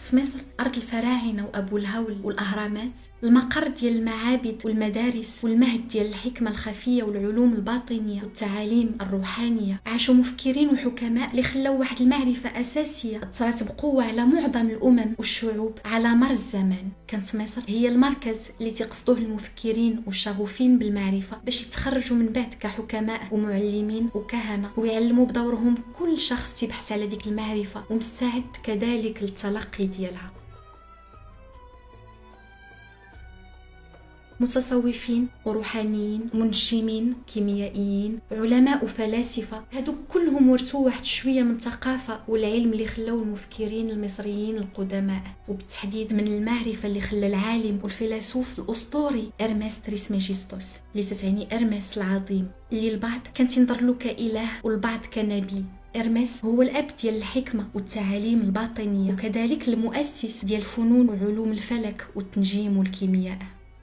في مصر أرض الفراعنة وأبو الهول والأهرامات، المقر ديال المعابد والمدارس والمهد ديال الحكمة الخفية والعلوم الباطنية والتعاليم الروحانية. عاشوا مفكرين وحكماء اللي خلاو واحد المعرفة أساسية أثرت بقوة على معظم الأمم والشعوب على مر الزمان. كانت مصر هي المركز اللي تقصدوه المفكرين والشغوفين بالمعرفة باش يتخرجوا من بعد كحكماء ومعلمين وكهنة، ويعلموا بدورهم كل شخص تبحث على ديك المعرفة ومستعد كذلك للتلقي ديالها. متصوفين وروحانيين، منجمين، كيميائيين، علماء وفلاسفة، هادو كلهم ورثوا واحد شوية من الثقافة والعلم اللي خلاو المفكرين المصريين القدماء، وبالتحديد من المعرفة اللي خلى العالم والفيلسوف الأسطوري إرماس تريسميجيستوس، اللي تعني إرماس العظيم، اللي البعض كان تنظر له كإله والبعض كنبي. إرماس هو الأب ديال الحكمة والتعاليم الباطنية، وكذلك المؤسس ديال الفنون وعلوم الفلك والتنجيم والكيمياء.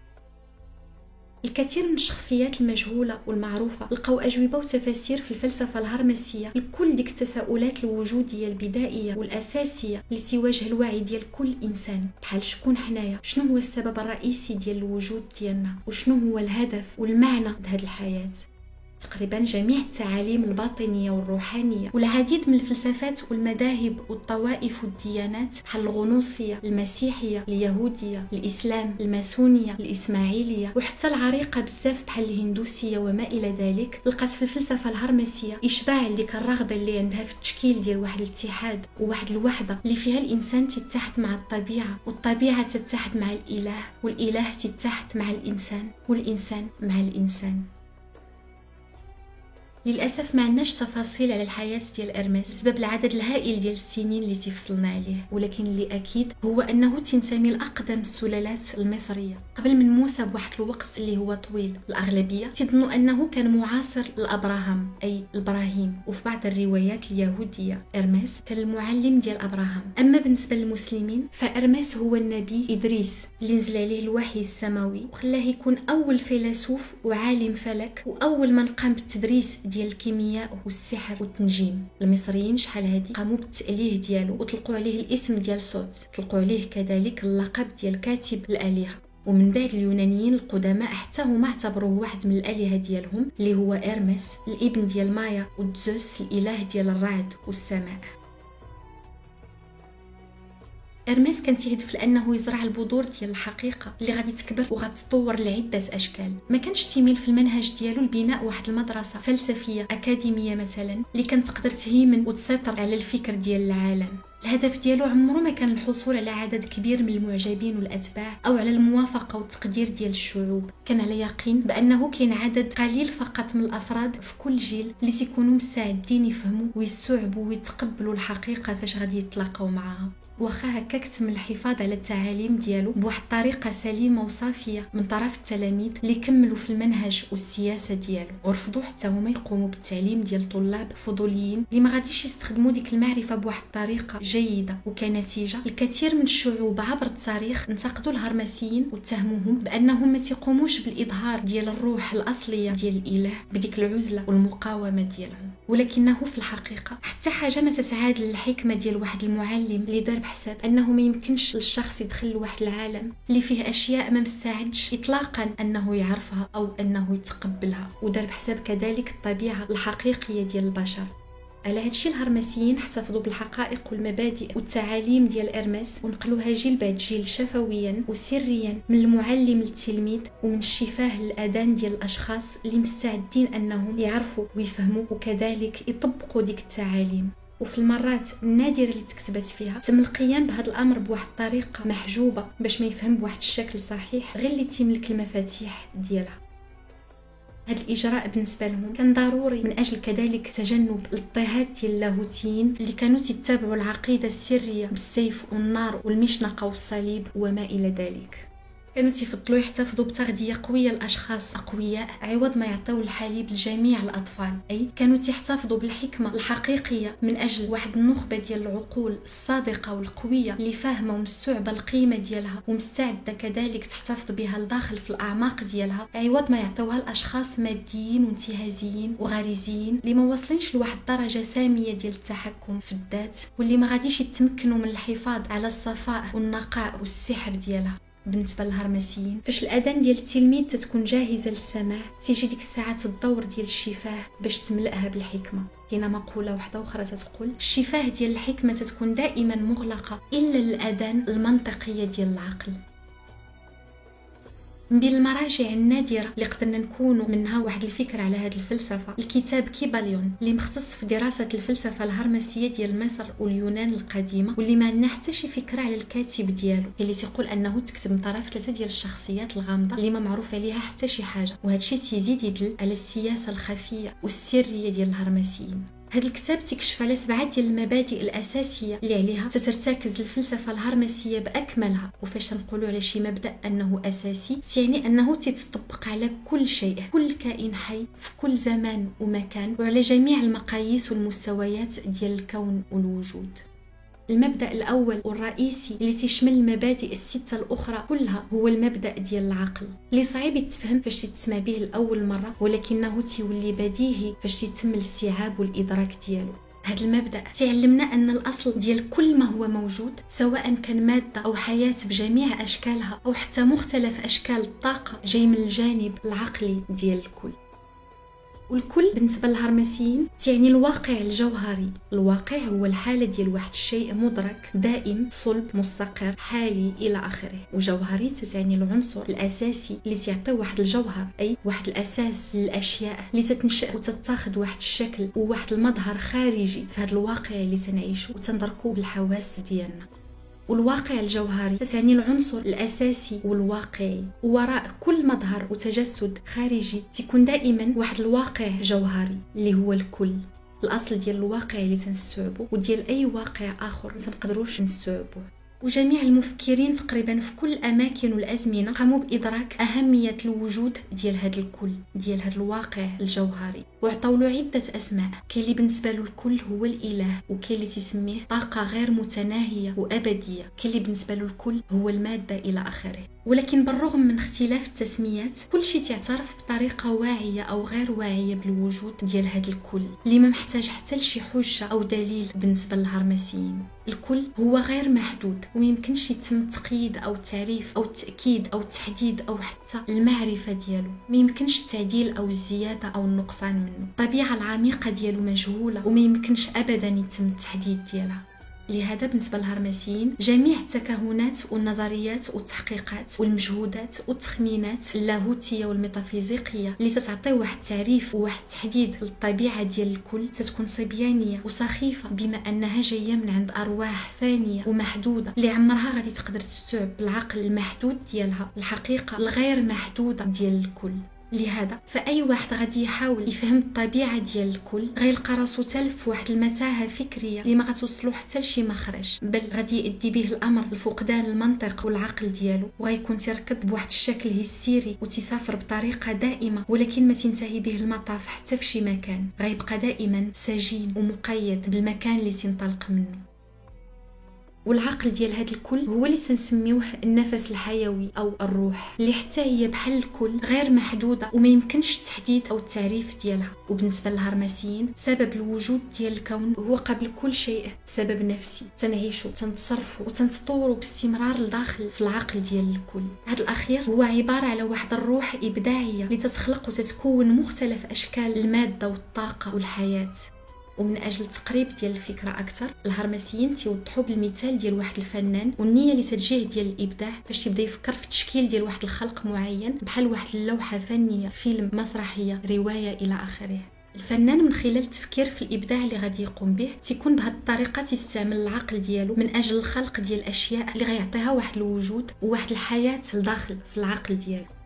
الكثير من الشخصيات المجهولة والمعروفة لقوا أجوبة وتفاسير في الفلسفة الهرمسية لكل ديك التساؤلات الوجودية البدائية والأساسية اللي تواجه الوعي ديال كل إنسان، بحال شكون حنايا، شنو هو السبب الرئيسي ديال الوجود ديالنا، وشنو هو الهدف والمعنى لهاد الحياة. تقريبا جميع التعاليم الباطنية والروحانية والعديد من الفلسفات والمذاهب والطوائف والديانات بحال الغنوصية، المسيحية، اليهودية، الإسلام، الماسونية، الإسماعيلية، وحتى العريقة بزاف بحال الهندوسية وما إلى ذلك، لقات في الفلسفة الهرمسية إشباع لديك الرغبة اللي عندها في التشكيل ديال واحد الاتحاد وواحد الوحدة اللي فيها الإنسان تتحد مع الطبيعة، والطبيعة تتحد مع الإله، والإله تتحد مع الإنسان، والإنسان مع الإنسان. للأسف ما عندناش تفاصيل على الحياة ديال إرماس بسبب العدد الهائل ديال السنين اللي تفصلنا عليه، ولكن اللي أكيد هو أنه تنتمي لأقدم السلالات المصرية قبل من موسى بواحد الوقت اللي هو طويل. الأغلبية تظن أنه كان معاصر لأبراهام أي إبراهيم، وفي بعض الروايات اليهودية إرماس كان المعلم ديال أبراهام. أما بالنسبة للمسلمين فإرماس هو النبي إدريس اللي نزل عليه الوحي السماوي وخلاه يكون أول فيلسوف وعالم فلك وأول من قام بالتدريس ديال الكيمياء والسحر والتنجيم. المصريين شحال هادي قاموا بالتأليه ديالو وطلقوا عليه الاسم ديال صوت، طلقوا عليه كذلك اللقب ديال كاتب الآلهة. ومن بعد اليونانيين القدماء حتى هما اعتبروه واحد من الآلهة ديالهم اللي هو إرماس، الابن ديال مايا ودزوس الإله ديال الرعد والسماء. إرماس كان تهدف لأنه يزرع البذور ديال الحقيقة اللي غادي تكبر وغتطور لعدة أشكال. ما كانش تيميل في المنهج ديالو لبناء واحد المدرسة فلسفية أكاديمية مثلا اللي كانت تقدر تهيمن وتسيطر على الفكر ديال العالم. الهدف ديالو عمره ما كان الحصول على عدد كبير من المعجبين والأتباع أو على الموافقة والتقدير ديال الشعوب. كان على يقين بأنه كاين عدد قليل فقط من الأفراد في كل جيل اللي تيكونوا مستعدين يفهموا ويستوعبوا ويتقبلوا الحقيقة فاش غادي يتلاقاو معها. واخا هكاك تم الحفاظ على التعاليم ديالو بواحد الطريقه سليمه وصافيه من طرف التلاميذ اللي كملوا في المنهج والسياسه ديالو، ورفضوا حتى هما يقوموا بالتعليم ديال طلاب فضوليين اللي ما غاديش يستخدموا ديك المعرفه بواحد الطريقه جيده. وكنتيجه الكثير من الشعوب عبر التاريخ انتقدوا الهرمسيين واتهموهم بانهم ما تيقوموش بالاظهار ديال الروح الاصليه ديال الاله بديك العزله والمقاومه ديالهم. ولكنه في الحقيقه حتى حاجه ما تتعادل الحكمه ديال واحد المعلم اللي دار بحساب انه ما يمكنش للشخص يدخل لواحد العالم اللي فيه اشياء ما مستعدش اطلاقا انه يعرفها او انه يتقبلها، ودار بحساب كذلك الطبيعه الحقيقيه ديال البشر. على هادشي الهرمسيين احتفظوا بالحقائق والمبادئ والتعاليم ديال إرماس ونقلوها جيل بعد جيل شفويا وسريا من المعلم للتلميذ ومن الشفاه للأذان ديال الاشخاص اللي مستعدين انهم يعرفوا ويفهموا وكذلك يطبقوا ديك التعاليم. وفي المرات النادرة اللي تكتبت فيها تم القيام بهذا الأمر بواحد الطريقة محجوبة باش ما يفهم بواحد الشكل صحيح غير اللي تملك المفاتيح ديالها. هذا الإجراء بالنسبة لهم كان ضروري من أجل كذلك تجنب الاضطهاد ديال اللاهوتيين اللي كانوا يتبعوا العقيدة السرية بالسيف والنار والمشنقة والصليب وما إلى ذلك. كانوا تيفضلوا يحتفظوا بتغذية قوية لأشخاص أقوياء عوض ما يعطيو الحليب لجميع الأطفال. أي كانوا تيحتفظوا بالحكمة الحقيقية من أجل واحد النخبة ديال العقول الصادقة والقوية اللي فاهمة ومستوعبة القيمة ديالها ومستعدة كذلك تحتفظ بها لداخل في الأعماق ديالها عوض ما يعطيوها الأشخاص ماديين وانتهازيين وغريزيين اللي ما واصلينش لواحد الدرجة سامية ديال التحكم في الذات واللي ما غاديش يتمكنوا من الحفاظ على الصفاء والنقاء والسحر ديالها. بالنسبه للهرمسيين فاش الاذان ديال التلميذ تتكون جاهزه للسماع تيجي ديك الساعه الدور ديال الشفاه باش تملأها بالحكمه. كاينه مقوله واحده اخرى تتقول الشفاه ديال الحكمه تتكون دائما مغلقه الا الاذان المنطقيه ديال العقل. من بين المراجع النادرة اللي قدرنا نكونوا منها واحد الفكرة على هذه الفلسفة الكتاب كيباليون اللي مختص في دراسة الفلسفة الهرمسية ديال مصر واليونان القديمة واللي ما عندنا حتى شي فكرة على الكاتب ديالو اللي تيقول أنه تكتب من طرف 3 ديال الشخصيات الغامضة اللي ما معروف عليها حتى شي حاجة وهذا الشيء تيزيد يدل على السياسة الخفية والسرية ديال الهرمسيين. هذا الكتاب تكشف على 7 ديال المبادئ الاساسيه اللي عليها تترتكز الفلسفه الهرمسيه باكملها. وفاش تنقولوا على شي مبدا انه اساسي يعني انه تتطبق على كل شيء كل كائن حي في كل زمان ومكان وعلى جميع المقاييس والمستويات ديال الكون والوجود. المبدأ الأول والرئيسي اللي تشمل المبادئ ال6 الأخرى كلها هو المبدأ ديال العقل اللي صعيب يتفهم فاش تسمع به لأول مرة ولكنه تيولي بديهي فاش يتم الاستيعاب والإدراك ديالو. هذا المبدأ تعلمنا أن الأصل ديال كل ما هو موجود سواء كان مادة أو حياة بجميع أشكالها أو حتى مختلف أشكال الطاقة جاي من الجانب العقلي ديال الكل. والكل بالنسبه للهرمسيين تعني الواقع الجوهري. الواقع هو الحاله ديال واحد الشيء مدرك دائم صلب مستقر حالي الى اخره. وجوهري تعني العنصر الاساسي اللي تعطي واحد الجوهر اي واحد الاساس للاشياء اللي تتنشأ وتتاخذ واحد الشكل وواحد المظهر خارجي في هذا الواقع اللي تنعيشه وتندركه بالحواس ديالنا. والواقع الجوهري تعني العنصر الأساسي والواقعي ووراء كل مظهر وتجسد خارجي تكون دائما واحد الواقع جوهري اللي هو الكل الأصل ديال الواقع اللي تنستوعبه وديال أي واقع آخر ما تنقدروش نستوعبوه. وجميع المفكرين تقريبا في كل الأماكن والأزمنة قاموا بإدراك أهمية الوجود ديال هذا الكل ديال هذا الواقع الجوهري وعطاو له عدة أسماء. كاين اللي بالنسبة له الكل هو الإله وكاين اللي تسميه طاقة غير متناهية وأبدية كاين اللي بالنسبة له الكل هو المادة إلى آخره. ولكن بالرغم من اختلاف التسميات كل شيء تعترف بطريقة واعية أو غير واعية بالوجود ديال هذا الكل اللي ما محتاج حتى لشي حجة أو دليل. بالنسبة للهرمسيين الكل هو غير محدود وميمكنش يتم التقييد أو التعريف أو التأكيد أو التحديد أو حتى المعرفة ديالو. ميمكنش التعديل أو الزيادة أو النقصان منه. الطبيعة العميقة ديالو مجهولة وميمكنش أبدا يتم التحديد ديالها. لهذا بالنسبة للهرمسيين جميع التكهنات والنظريات والتحقيقات والمجهودات والتخمينات اللاهوتية والميتافيزيقية اللي تتعطي واحد التعريف وواحد التحديد للطبيعة ديال الكل تتكون صبيانية وسخيفة بما أنها جاية من عند أرواح فانية ومحدودة اللي عمرها غادي تقدر تستوعب بالعقل المحدود ديالها الحقيقة الغير محدودة ديال الكل. لهذا فأي واحد غادي يحاول يفهم الطبيعة ديال الكل غيلقى راسو تالف واحد المتاهة فكرية اللي ما غتوصلو حتى لشي مخرج بل غادي يؤدي به الأمر لفقدان المنطق والعقل ديالو وغيكون تركض بواحد الشكل هستيري وتسافر بطريقة دائمة ولكن ما تنتهي به المطاف حتى في شي مكان. غيبقى دائما سجين ومقيد بالمكان اللي تنطلق منه. والعقل ديال هذا الكل هو اللي تنسميوه النفس الحيوي او الروح اللي حتى هي بحال الكل غير محدوده وما يمكنش التحديد او التعريف ديالها. وبالنسبه للهرمسيين سبب الوجود ديال الكون هو قبل كل شيء سبب نفسي تنعيشو تنتصرفو وتنتطورو باستمرار لداخل في العقل ديال الكل. هذا الاخير هو عباره على واحد الروح ابداعيه اللي تتخلق وتتكون مختلف اشكال الماده والطاقه والحياه. ومن اجل التقريب ديال الفكره اكثر الهرمسيين تيوضحوا بالمثال ديال واحد الفنان والنيه اللي تتجيه ديال الابداع فاش تبدا يفكر في التشكيل ديال واحد الخلق معين بحال واحد اللوحه فنيه فيلم مسرحيه روايه الى اخره. الفنان من خلال التفكير في الابداع اللي غادي يقوم به تيكون بهذه الطريقه تستعمل العقل ديالو من اجل الخلق ديال الاشياء اللي غيعطيها واحد الوجود وواحد الحياه لداخل في العقل ديالو.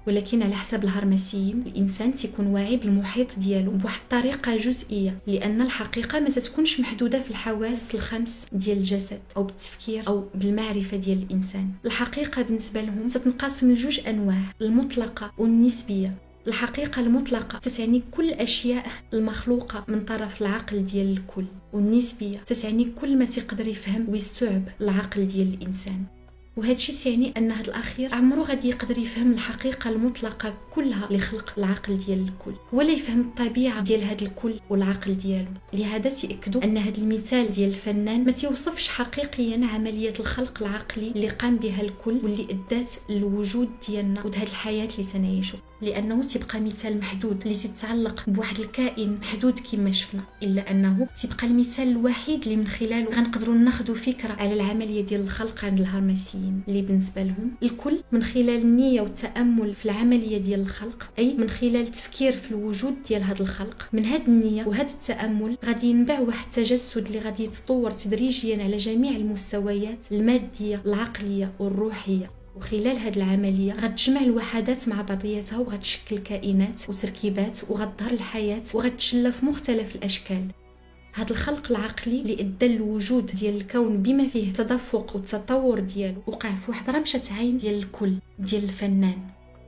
ولكن على حسب الهرمسيين الانسان تيكون واعي بالمحيط ديالو بواحد الطريقه جزئيه، لان الحقيقه ما تتكونش محدوده في الحواس الخمس ديال الجسد او بالتفكير او بالمعرفه ديال الانسان. الحقيقه بالنسبه لهم تتنقسم لجوج انواع: المطلقه والنسبيه. الحقيقة المطلقة تتعني كل الأشياء المخلوقة من طرف العقل ديال الكل، والنسبية تتعني كل ما تقدر يفهم ويستوعب العقل ديال الإنسان. وهذا الشيء يعني ان هذا الاخير عمره غادي يقدر يفهم الحقيقه المطلقه كلها اللي خلق العقل ديال الكل، ولا يفهم الطبيعه ديال هذا الكل والعقل ديالو. لهذا تاكدوا ان هذا المثال ديال الفنان ما توصفش حقيقيا عمليه الخلق العقلي اللي قام بها الكل واللي ادات الوجود ديالنا وهذه الحياه اللي سنعيشوا، لانه تبقى مثال محدود اللي تتعلق بواحد الكائن محدود كما شفنا، الا انه تبقى المثال الوحيد اللي من خلاله غنقدروا ناخذوا فكره على العمليه ديال الخلق عند الهرمسيين اللي بالنسبه لهم الكل من خلال النيه والتامل في العمليه ديال الخلق، اي من خلال التفكير في الوجود ديال هذا الخلق. من هذه النيه وهذا التامل غادي ينبع واحد التجسد اللي غادي يتطور تدريجيا على جميع المستويات الماديه العقليه والروحيه، وخلال هذه العمليه غتجمع الوحدات مع بعضياتها وغتشكل كائنات وتركيبات وغتظهر الحياه وغتشلى في مختلف الاشكال. هذا الخلق العقلي اللي ادى الوجود ديال الكون بما فيه التدفق والتطور ديالو وقع في واحد رمشه عين ديال الكل ديال الفنان.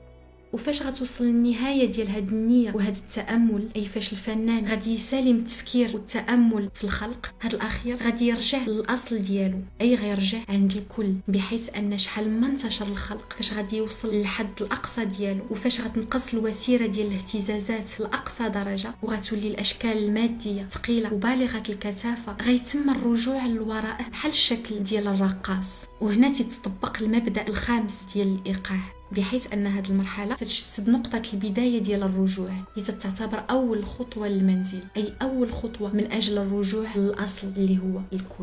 وفاش غتوصل النهايه ديال هاد النيه وهذا التامل، اي فاش الفنان غادي يسالم التفكير والتامل في الخلق، هذا الاخير غادي يرجع للاصل ديالو، اي غيرجع عند الكل، بحيث ان شحال ما انتشر الخلق فاش غادي يوصل للحد الاقصى ديالو وفاش غتنقص الوتيره ديال الاهتزازات لاقصى درجه وغتولي الاشكال الماديه ثقيله وبالغه الكثافه، غيتم الرجوع للوراء بحال الشكل ديال الرقاص. وهنا تتطبق المبدا الخامس ديال الايقاع، بحيث ان هذه المرحله تتجسد نقطه البدايه ديال الرجوع اللي تعتبر اول خطوه للمنزل، اي اول خطوه من اجل الرجوع للاصل اللي هو الكل.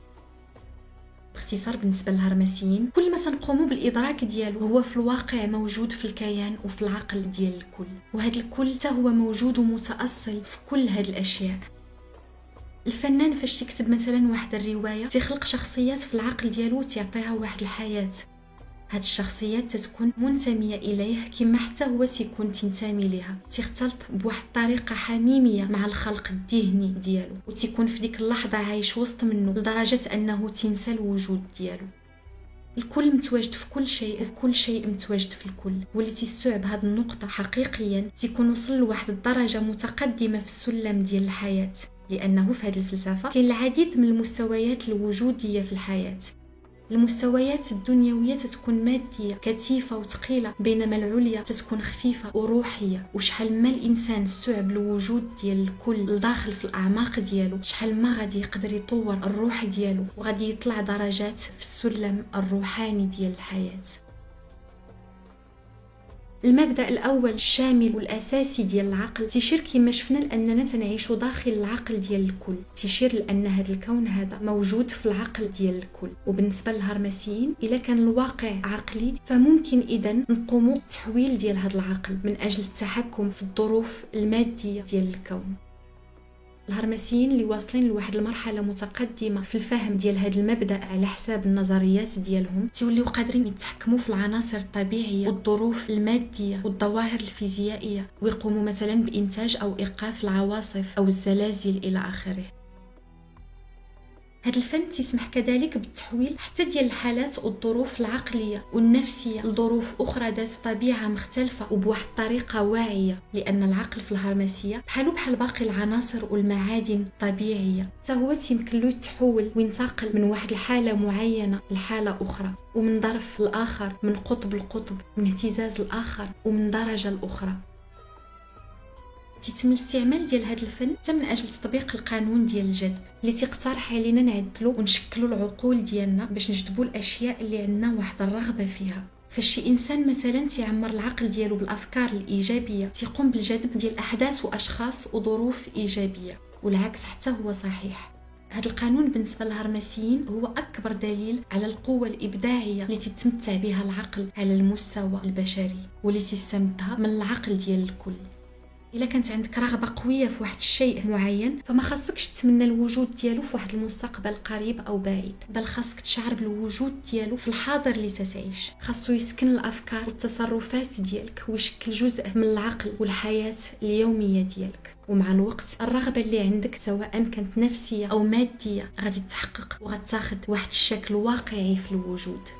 باختصار بالنسبه للهرمسيين كل ما تنقوموا بالادراك ديالو هو في الواقع موجود في الكيان وفي العقل ديال الكل، وهذا الكل حتى هو موجود ومتاصل في كل هذه الاشياء. الفنان فاش يكتب مثلا واحد الروايه تيخلق شخصيات في العقل ديالو وتعطيها واحد الحياه، هاد الشخصيات تتكون منتميه اليه كما حتى هو تيكون تنتمي ليها، تختلط بواحد الطريقه حميميه مع الخلق الذهني ديالو وتيكون في ديك اللحظه عايش وسط منه لدرجه انه تنسى الوجود ديالو. الكل متواجد في كل شيء وكل شيء متواجد في الكل، واللي تيستوعب هاد النقطه حقيقيا تيكون وصل لواحد الدرجه متقدمه في السلم ديال الحياه، لانه في هذه الفلسفه كاين العديد من المستويات الوجوديه في الحياه. المستويات الدنيويه تتكون ماديه كثيفه وثقيله، بينما العليا تتكون خفيفه وروحيه. وشحال ما الانسان استوعب الوجود ديال الكل لداخل في الاعماق ديالو، شحال ما غادي يقدر يطور الروح ديالو وغادي يطلع درجات في السلم الروحاني ديال الحياه. المبدا الاول الشامل والاساسي ديال العقل تيشير كما شفنا لاننا تنعيشوا داخل العقل ديال الكل، تيشير لان هذا الكون هذا موجود في العقل ديال الكل. وبالنسبه للهرمسيين الا كان الواقع عقلي فممكن اذا نقوموا بالتحويل ديال هذا العقل من اجل التحكم في الظروف الماديه ديال الكون. الهرمسيين اللي واصلين لواحد المرحله متقدمه في الفهم ديال هذا المبدا على حساب النظريات ديالهم تيوليو قادرين يتحكموا في العناصر الطبيعيه والظروف الماديه والظواهر الفيزيائيه، ويقوموا مثلا بانتاج او ايقاف العواصف او الزلازل الى اخره. هذا الفن تسمح كذلك بالتحويل حتى ديال الحالات والظروف العقليه والنفسيه لظروف اخرى ذات طبيعه مختلفه وبواحد الطريقه واعيه، لان العقل في الهرمسيه بحال باقي العناصر والمعادن الطبيعيه حتى هو يمكن له يتحول وينتقل من واحد الحاله معينه لحاله اخرى، ومن ظرف لاخر، من قطب لقطب، من اهتزاز لاخر، ومن درجه لاخرى. تيتم الاستعمال ديال هذا الفن حتى من اجل تطبيق القانون ديال الجذب اللي تيقترح علينا نعدلوا ونشكلوا العقول ديالنا باش نجذبوا الاشياء اللي عندنا واحد الرغبه فيها. فشي انسان مثلا تيعمر العقل ديالو بالافكار الايجابيه تيقوم بالجذب ديال احداث واشخاص وظروف ايجابيه، والعكس حتى هو صحيح. هذا القانون بالنسبه للهرمسيين هو اكبر دليل على القوه الابداعيه اللي تتمتع بها العقل على المستوى البشري، واللي تستمدها من العقل ديال الكل. الا كانت عندك رغبه قويه في واحد الشيء معين، فما خاصكش تتمنى الوجود ديالو في واحد المستقبل قريب او بعيد، بل خاصك تشعر بالوجود ديالو في الحاضر اللي تتعيش. خاصو يسكن الافكار والتصرفات ديالك ويشكل جزء من العقل والحياه اليوميه ديالك. ومع الوقت الرغبه اللي عندك سواء كانت نفسيه او ماديه غادي تتحقق وغتاخذ واحد الشكل واقعي في الوجود.